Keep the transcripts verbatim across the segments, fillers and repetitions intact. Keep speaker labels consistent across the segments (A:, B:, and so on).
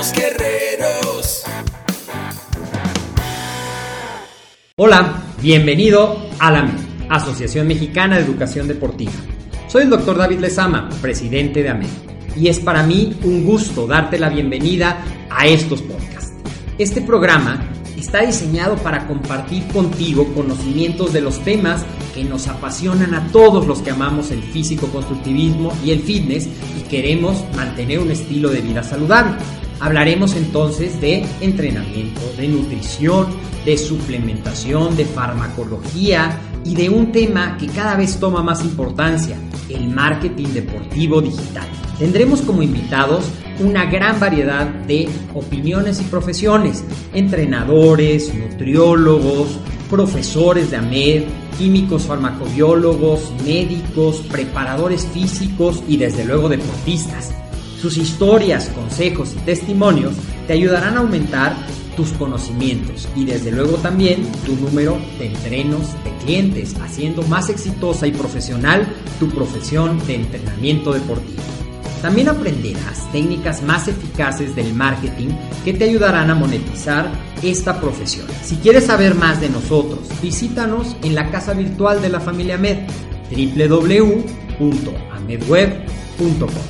A: somos guerreros.
B: Hola, bienvenido a la A M E D, Asociación Mexicana de Educación Deportiva. Soy el doctor David Lezama, presidente de A M E D, y es para mí un gusto darte la bienvenida a estos podcasts. Este programa está diseñado para compartir contigo conocimientos de los temas que nos apasionan a todos los que amamos el físico-constructivismo y el fitness y queremos mantener un estilo de vida saludable. Hablaremos entonces de entrenamiento, de nutrición, de suplementación, de farmacología y de un tema que cada vez toma más importancia, el marketing deportivo digital. Tendremos como invitados una gran variedad de opiniones y profesiones, entrenadores, nutriólogos, profesores de A M E D, químicos farmacobiólogos, médicos, preparadores físicos y desde luego deportistas. Sus historias, consejos y testimonios te ayudarán a aumentar tus conocimientos y desde luego también tu número de entrenos de clientes, haciendo más exitosa y profesional tu profesión de entrenamiento deportivo. También aprenderás técnicas más eficaces del marketing que te ayudarán a monetizar esta profesión. Si quieres saber más de nosotros, visítanos en la casa virtual de la familia A M E D, doble u doble u doble u punto amedweb punto com.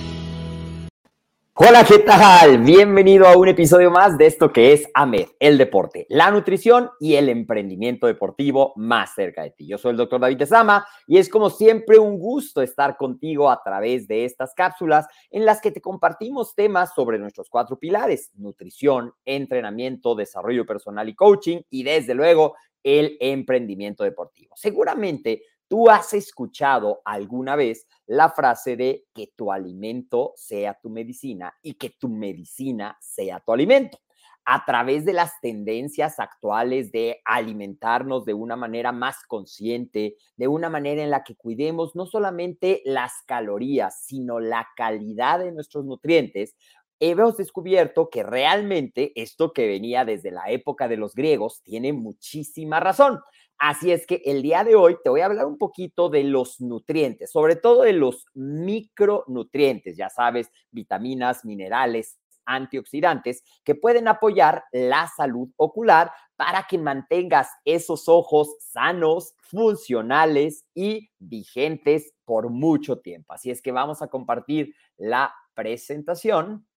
C: Hola, ¿qué tal? Bienvenido a un episodio más de esto que es A M E D, el deporte, la nutrición y el emprendimiento deportivo más cerca de ti. Yo soy el doctor David Lezama y es como siempre un gusto estar contigo a través de estas cápsulas en las que te compartimos temas sobre nuestros cuatro pilares: nutrición, entrenamiento, desarrollo personal y coaching y desde luego el emprendimiento deportivo. Seguramente tú has escuchado alguna vez la frase de que tu alimento sea tu medicina y que tu medicina sea tu alimento. A través de las tendencias actuales de alimentarnos de una manera más consciente, de una manera en la que cuidemos no solamente las calorías, sino la calidad de nuestros nutrientes, hemos descubierto que realmente esto que venía desde la época de los griegos tiene muchísima razón. Así es que el día de hoy te voy a hablar un poquito de los nutrientes, sobre todo de los micronutrientes, ya sabes, vitaminas, minerales, antioxidantes que pueden apoyar la salud ocular para que mantengas esos ojos sanos, funcionales y vigentes por mucho tiempo. Así es que vamos a compartir la presentación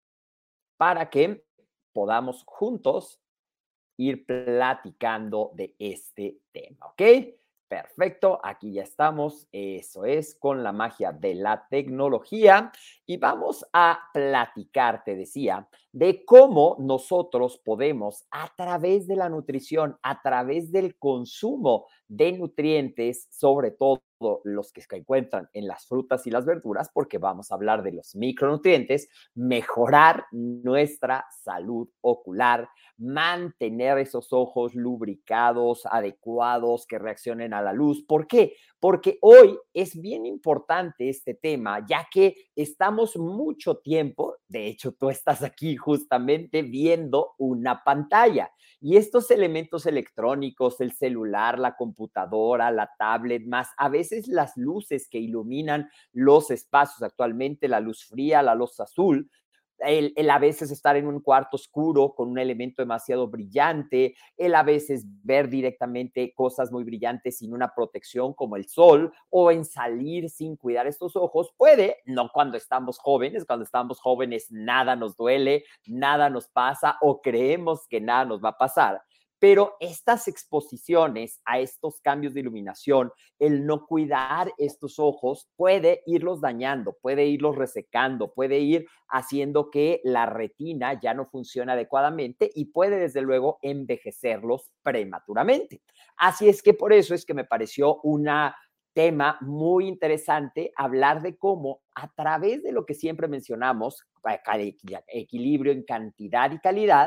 C: para que podamos juntos ir platicando de este tema, ¿ok? Perfecto, aquí ya estamos, eso es, con la magia de la tecnología y vamos a platicar, te decía, de cómo nosotros podemos a través de la nutrición, a través del consumo de nutrientes, sobre todo los que se encuentran en las frutas y las verduras, porque vamos a hablar de los micronutrientes, mejorar nuestra salud ocular, mantener esos ojos lubricados, adecuados, que reaccionen a la luz. ¿Por qué? Porque hoy es bien importante este tema, ya que estamos mucho tiempo, de hecho tú estás aquí justamente viendo una pantalla y estos elementos electrónicos, el celular, la computadora, la tablet, más a veces las luces que iluminan los espacios actualmente, la luz fría, la luz azul, El, el a veces estar en un cuarto oscuro con un elemento demasiado brillante, el a veces ver directamente cosas muy brillantes sin una protección como el sol o en salir sin cuidar estos ojos, puede, no cuando estamos jóvenes, cuando estamos jóvenes nada nos duele, nada nos pasa o creemos que nada nos va a pasar. Pero estas exposiciones a estos cambios de iluminación, el no cuidar estos ojos puede irlos dañando, puede irlos resecando, puede ir haciendo que la retina ya no funcione adecuadamente y puede desde luego envejecerlos prematuramente. Así es que por eso es que me pareció una tema muy interesante hablar de cómo a través de lo que siempre mencionamos, equilibrio en cantidad y calidad,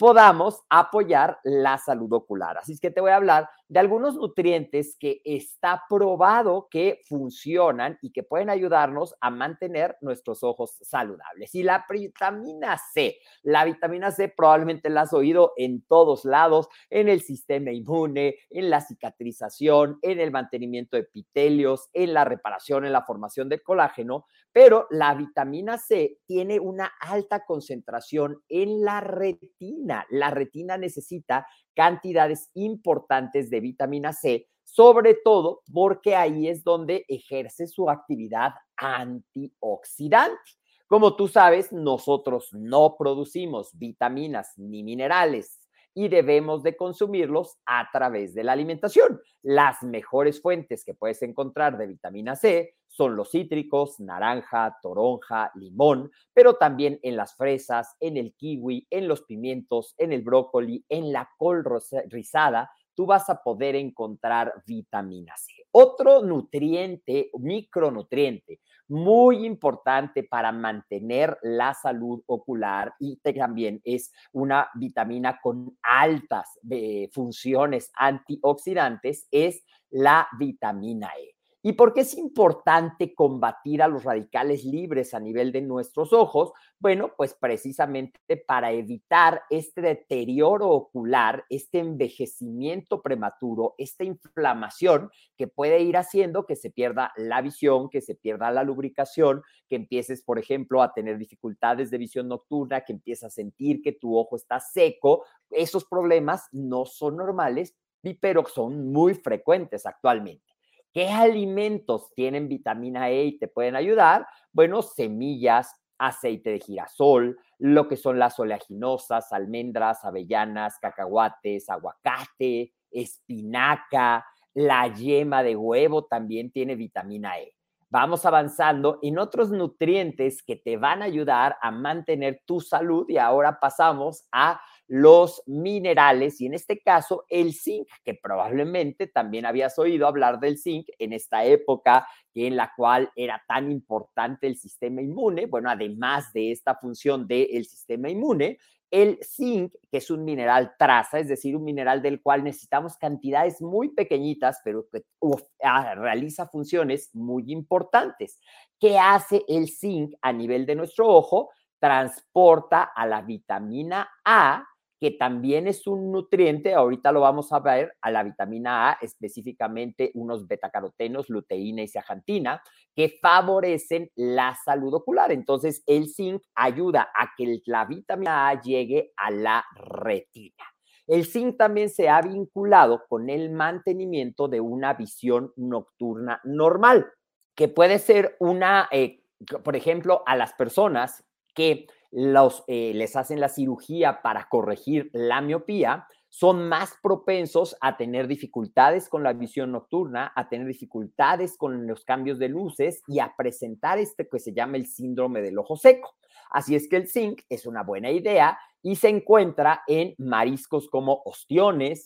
C: podamos apoyar la salud ocular. Así es que te voy a hablar de algunos nutrientes que está probado que funcionan y que pueden ayudarnos a mantener nuestros ojos saludables. Y la vitamina C, la vitamina C probablemente la has oído en todos lados, en el sistema inmune, en la cicatrización, en el mantenimiento de epitelios, en la reparación, en la formación del colágeno, pero la vitamina C tiene una alta concentración en la retina. La retina necesita cantidades importantes de vitamina C, sobre todo porque ahí es donde ejerce su actividad antioxidante. Como tú sabes, nosotros no producimos vitaminas ni minerales y debemos de consumirlos a través de la alimentación. Las mejores fuentes que puedes encontrar de vitamina C son los cítricos, naranja, toronja, limón, pero también en las fresas, en el kiwi, en los pimientos, en el brócoli, en la col rizada, tú vas a poder encontrar vitamina C. Otro nutriente, micronutriente, muy importante para mantener la salud ocular y también es una vitamina con altas eh, funciones antioxidantes, es la vitamina E. ¿Y por qué es importante combatir a los radicales libres a nivel de nuestros ojos? Bueno, pues precisamente para evitar este deterioro ocular, este envejecimiento prematuro, esta inflamación que puede ir haciendo que se pierda la visión, que se pierda la lubricación, que empieces, por ejemplo, a tener dificultades de visión nocturna, que empieces a sentir que tu ojo está seco. Esos problemas no son normales, pero son muy frecuentes actualmente. ¿Qué alimentos tienen vitamina E y te pueden ayudar? Bueno, semillas, aceite de girasol, lo que son las oleaginosas, almendras, avellanas, cacahuates, aguacate, espinaca, la yema de huevo también tiene vitamina E. Vamos avanzando en otros nutrientes que te van a ayudar a mantener tu salud y ahora pasamos a los minerales y en este caso el zinc, que probablemente también habías oído hablar del zinc en esta época en la cual era tan importante el sistema inmune. Bueno, además de esta función del sistema inmune, el zinc, que es un mineral traza, es decir, un mineral del cual necesitamos cantidades muy pequeñitas, pero que uf, realiza funciones muy importantes. ¿Qué hace el zinc a nivel de nuestro ojo? Transporta a la vitamina A, que también es un nutriente, ahorita lo vamos a ver, a la vitamina A, específicamente unos betacarotenos, luteína y zeaxantina, que favorecen la salud ocular. Entonces, el zinc ayuda a que la vitamina A llegue a la retina. El zinc también se ha vinculado con el mantenimiento de una visión nocturna normal, que puede ser una, eh, por ejemplo, a las personas que los, eh, les hacen la cirugía para corregir la miopía, son más propensos a tener dificultades con la visión nocturna, a tener dificultades con los cambios de luces y a presentar este que se llama el síndrome del ojo seco. Así es que el zinc es una buena idea y se encuentra en mariscos como ostiones,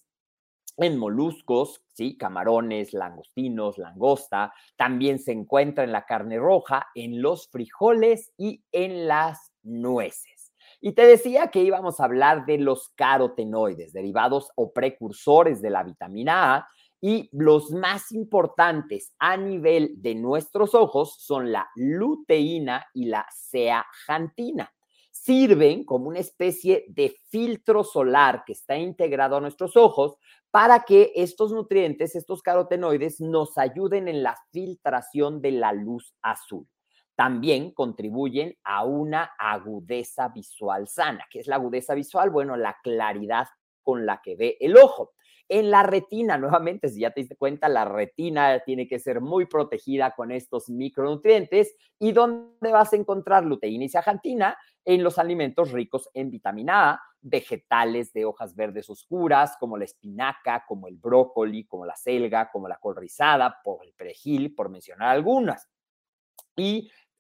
C: en moluscos, ¿sí? Camarones, langostinos, langosta. También se encuentra en la carne roja, en los frijoles y en las nueces. Y te decía que íbamos a hablar de los carotenoides, derivados o precursores de la vitamina A, y los más importantes a nivel de nuestros ojos son la luteína y la zeaxantina. Sirven como una especie de filtro solar que está integrado a nuestros ojos para que estos nutrientes, estos carotenoides, nos ayuden en la filtración de la luz azul. También contribuyen a una agudeza visual sana. ¿Qué es la agudeza visual? Bueno, la claridad con la que ve el ojo. En la retina, nuevamente, si ya te diste cuenta, la retina tiene que ser muy protegida con estos micronutrientes. ¿Y dónde vas a encontrar luteína y zeaxantina? En los alimentos ricos en vitamina A, vegetales de hojas verdes oscuras, como la espinaca, como el brócoli, como la selga, como la col rizada, por el perejil, por mencionar algunas. Y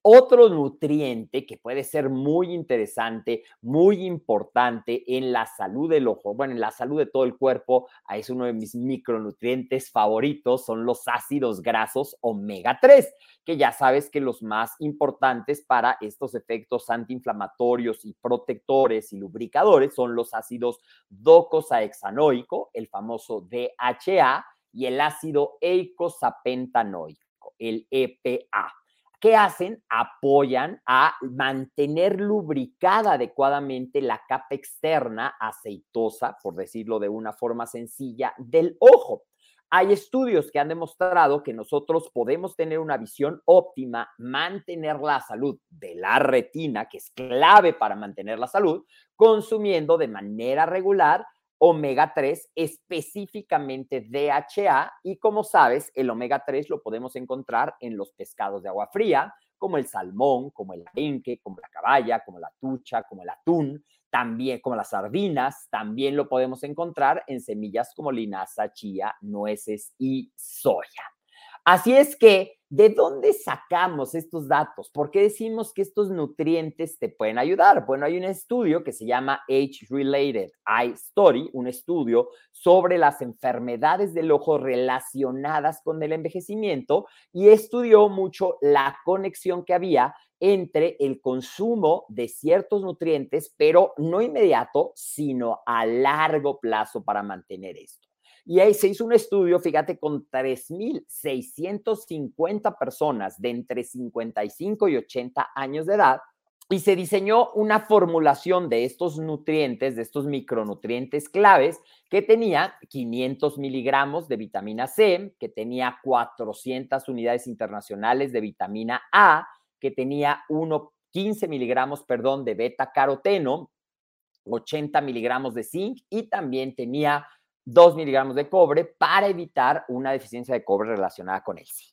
C: Otro nutriente que puede ser muy interesante, muy importante en la salud del ojo, bueno, en la salud de todo el cuerpo, es uno de mis micronutrientes favoritos, son los ácidos grasos omega tres, que ya sabes que los más importantes para estos efectos antiinflamatorios y protectores y lubricadores son los ácidos docosahexanoico, el famoso D H A, y el ácido eicosapentanoico, el E P A. ¿Qué hacen? Apoyan a mantener lubricada adecuadamente la capa externa aceitosa, por decirlo de una forma sencilla, del ojo. Hay estudios que han demostrado que nosotros podemos tener una visión óptima, mantener la salud de la retina, que es clave para mantener la salud, consumiendo de manera regular omega tres, específicamente D H A, y como sabes, el omega tres lo podemos encontrar en los pescados de agua fría, como el salmón, como el arenque, como la caballa, como la trucha, como el atún, también como las sardinas, también lo podemos encontrar en semillas como linaza, chía, nueces y soya. Así es que, ¿de dónde sacamos estos datos? ¿Por qué decimos que estos nutrientes te pueden ayudar? Bueno, hay un estudio que se llama Age-Related Eye Study, un estudio sobre las enfermedades del ojo relacionadas con el envejecimiento, y estudió mucho la conexión que había entre el consumo de ciertos nutrientes, pero no inmediato, sino a largo plazo para mantener esto. Y ahí se hizo un estudio, fíjate, con tres mil seiscientas cincuenta personas de entre cincuenta y cinco y ochenta años de edad, y se diseñó una formulación de estos nutrientes, de estos micronutrientes claves, que tenía quinientos miligramos de vitamina C, que tenía cuatrocientas unidades internacionales de vitamina A, que tenía uno, quince miligramos, perdón, de beta caroteno, ochenta miligramos de zinc, y también tenía dos miligramos de cobre para evitar una deficiencia de cobre relacionada con el zinc.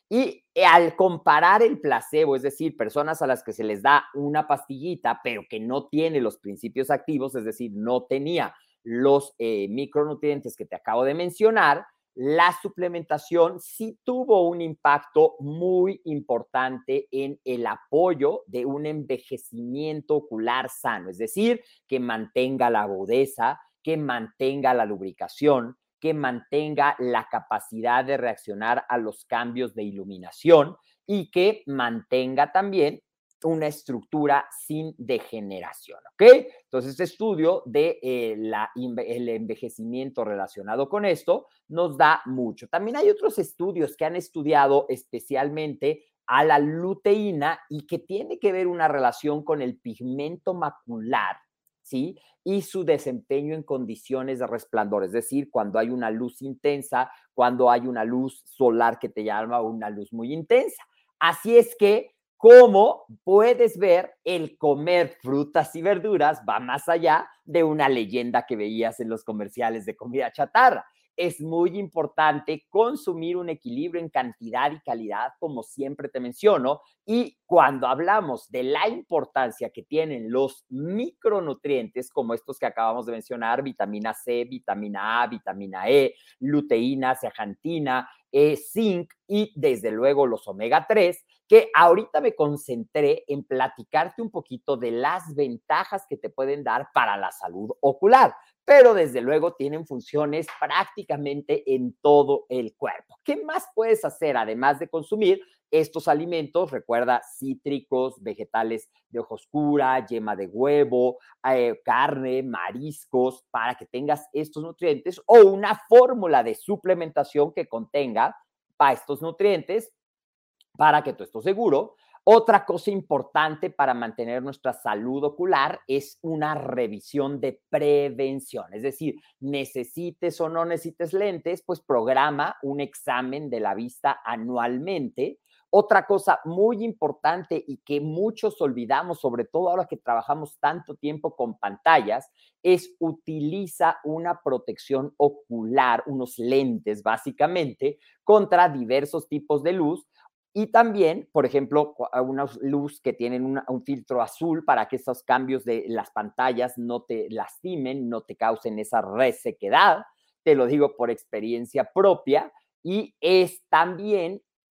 C: Y al comparar el placebo, es decir, personas a las que se les da una pastillita, pero que no tiene los principios activos, es decir, no tenía los eh, micronutrientes que te acabo de mencionar, la suplementación sí tuvo un impacto muy importante en el apoyo de un envejecimiento ocular sano, es decir, que mantenga la agudeza, que mantenga la lubricación, que mantenga la capacidad de reaccionar a los cambios de iluminación y que mantenga también una estructura sin degeneración, ¿ok? Entonces, este estudio de eh, la, el envejecimiento relacionado con esto nos da mucho. También hay otros estudios que han estudiado especialmente a la luteína y que tiene que ver una relación con el pigmento macular, ¿sí? Y su desempeño en condiciones de resplandor, es decir, cuando hay una luz intensa, cuando hay una luz solar que te llama una luz muy intensa. Así es que, como puedes ver, el comer frutas y verduras va más allá de una leyenda que veías en los comerciales de comida chatarra. Es muy importante consumir un equilibrio en cantidad y calidad, como siempre te menciono, y cuando hablamos de la importancia que tienen los micronutrientes, como estos que acabamos de mencionar, vitamina C, vitamina A, vitamina E, luteína, zeaxantina, eh, zinc y desde luego los omega tres, que ahorita me concentré en platicarte un poquito de las ventajas que te pueden dar para la salud ocular, pero desde luego tienen funciones prácticamente en todo el cuerpo. ¿Qué más puedes hacer además de consumir estos alimentos? Recuerda, cítricos, vegetales de hoja oscura, yema de huevo, eh, carne, mariscos, para que tengas estos nutrientes, o una fórmula de suplementación que contenga para estos nutrientes para que tú estés seguro. Otra cosa importante para mantener nuestra salud ocular es una revisión de prevención. Es decir, necesites o no necesites lentes, pues programa un examen de la vista anualmente. Otra cosa muy importante y que muchos olvidamos, sobre todo ahora que trabajamos tanto tiempo con pantallas, es utiliza una protección ocular, unos lentes básicamente, contra diversos tipos de luz. Y también, por ejemplo, una luz que tienen una, un filtro azul para que esos cambios de las pantallas no te lastimen, no te causen esa resequedad. Te lo digo por experiencia propia. Y es también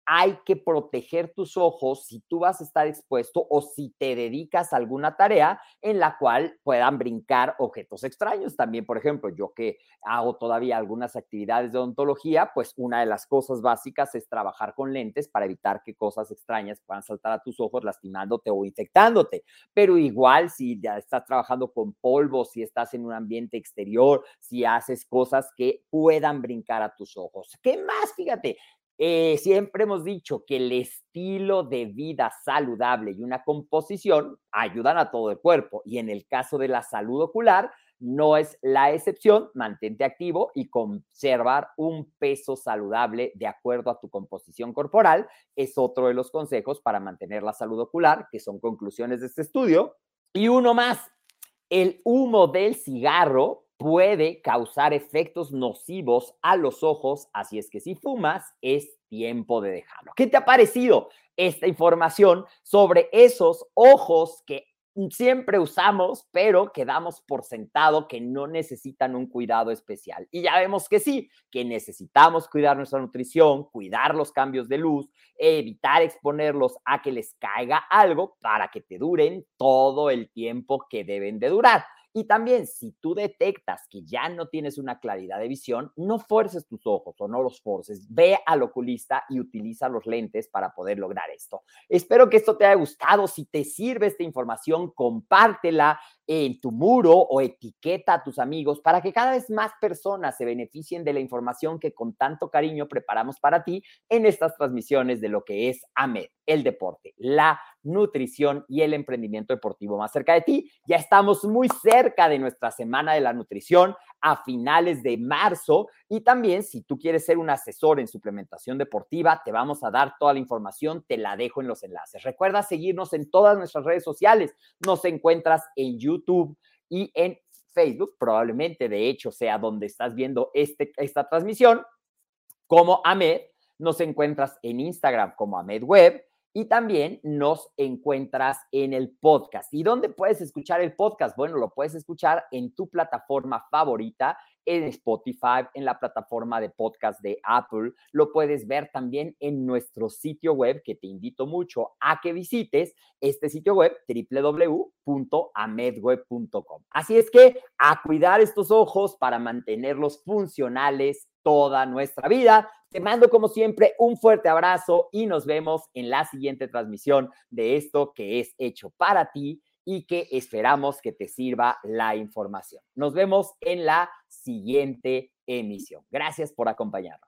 C: hay que proteger tus ojos si tú vas a estar expuesto o si te dedicas a alguna tarea en la cual puedan brincar objetos extraños. También, por ejemplo, yo que hago todavía algunas actividades de odontología, pues una de las cosas básicas es trabajar con lentes para evitar que cosas extrañas puedan saltar a tus ojos lastimándote o infectándote. Pero igual si ya estás trabajando con polvo, si estás en un ambiente exterior, si haces cosas que puedan brincar a tus ojos. ¿Qué más? Fíjate, eh, siempre hemos dicho que el estilo de vida saludable y una composición ayudan a todo el cuerpo. Y en el caso de la salud ocular, no es la excepción. Mantente activo y conservar un peso saludable de acuerdo a tu composición corporal. Es otro de los consejos para mantener la salud ocular, que son conclusiones de este estudio. Y uno más, el humo del cigarro puede causar efectos nocivos a los ojos, así es que si fumas, es tiempo de dejarlo. ¿Qué te ha parecido esta información sobre esos ojos que siempre usamos, pero que damos por sentado que no necesitan un cuidado especial? Y ya vemos que sí, que necesitamos cuidar nuestra nutrición, cuidar los cambios de luz, evitar exponerlos a que les caiga algo para que te duren todo el tiempo que deben de durar. Y también, si tú detectas que ya no tienes una claridad de visión, no fuerces tus ojos o no los forces. Ve al oculista y utiliza los lentes para poder lograr esto. Espero que esto te haya gustado. Si te sirve esta información, compártela en tu muro o etiqueta a tus amigos para que cada vez más personas se beneficien de la información que con tanto cariño preparamos para ti en estas transmisiones de lo que es AMED, el deporte, la nutrición y el emprendimiento deportivo más cerca de ti. Ya estamos muy cerca de nuestra semana de la nutrición a finales de marzo, y también si tú quieres ser un asesor en suplementación deportiva, te vamos a dar toda la información, te la dejo en los enlaces. Recuerda seguirnos en todas nuestras redes sociales. Nos encuentras en YouTube y en Facebook, probablemente de hecho sea donde estás viendo este, esta transmisión, como AMED. Nos encuentras en Instagram como AMED Web. Y también nos encuentras en el podcast. ¿Y dónde puedes escuchar el podcast? Bueno, lo puedes escuchar en tu plataforma favorita, en Spotify, en la plataforma de podcast de Apple. Lo puedes ver también en nuestro sitio web, que te invito mucho a que visites este sitio web, doble u doble u doble u punto amedweb punto com. Así es que a cuidar estos ojos para mantenerlos funcionales toda nuestra vida. Te mando, como siempre, un fuerte abrazo y nos vemos en la siguiente transmisión de esto que es hecho para ti y que esperamos que te sirva la información. Nos vemos en la siguiente emisión. Gracias por acompañarnos.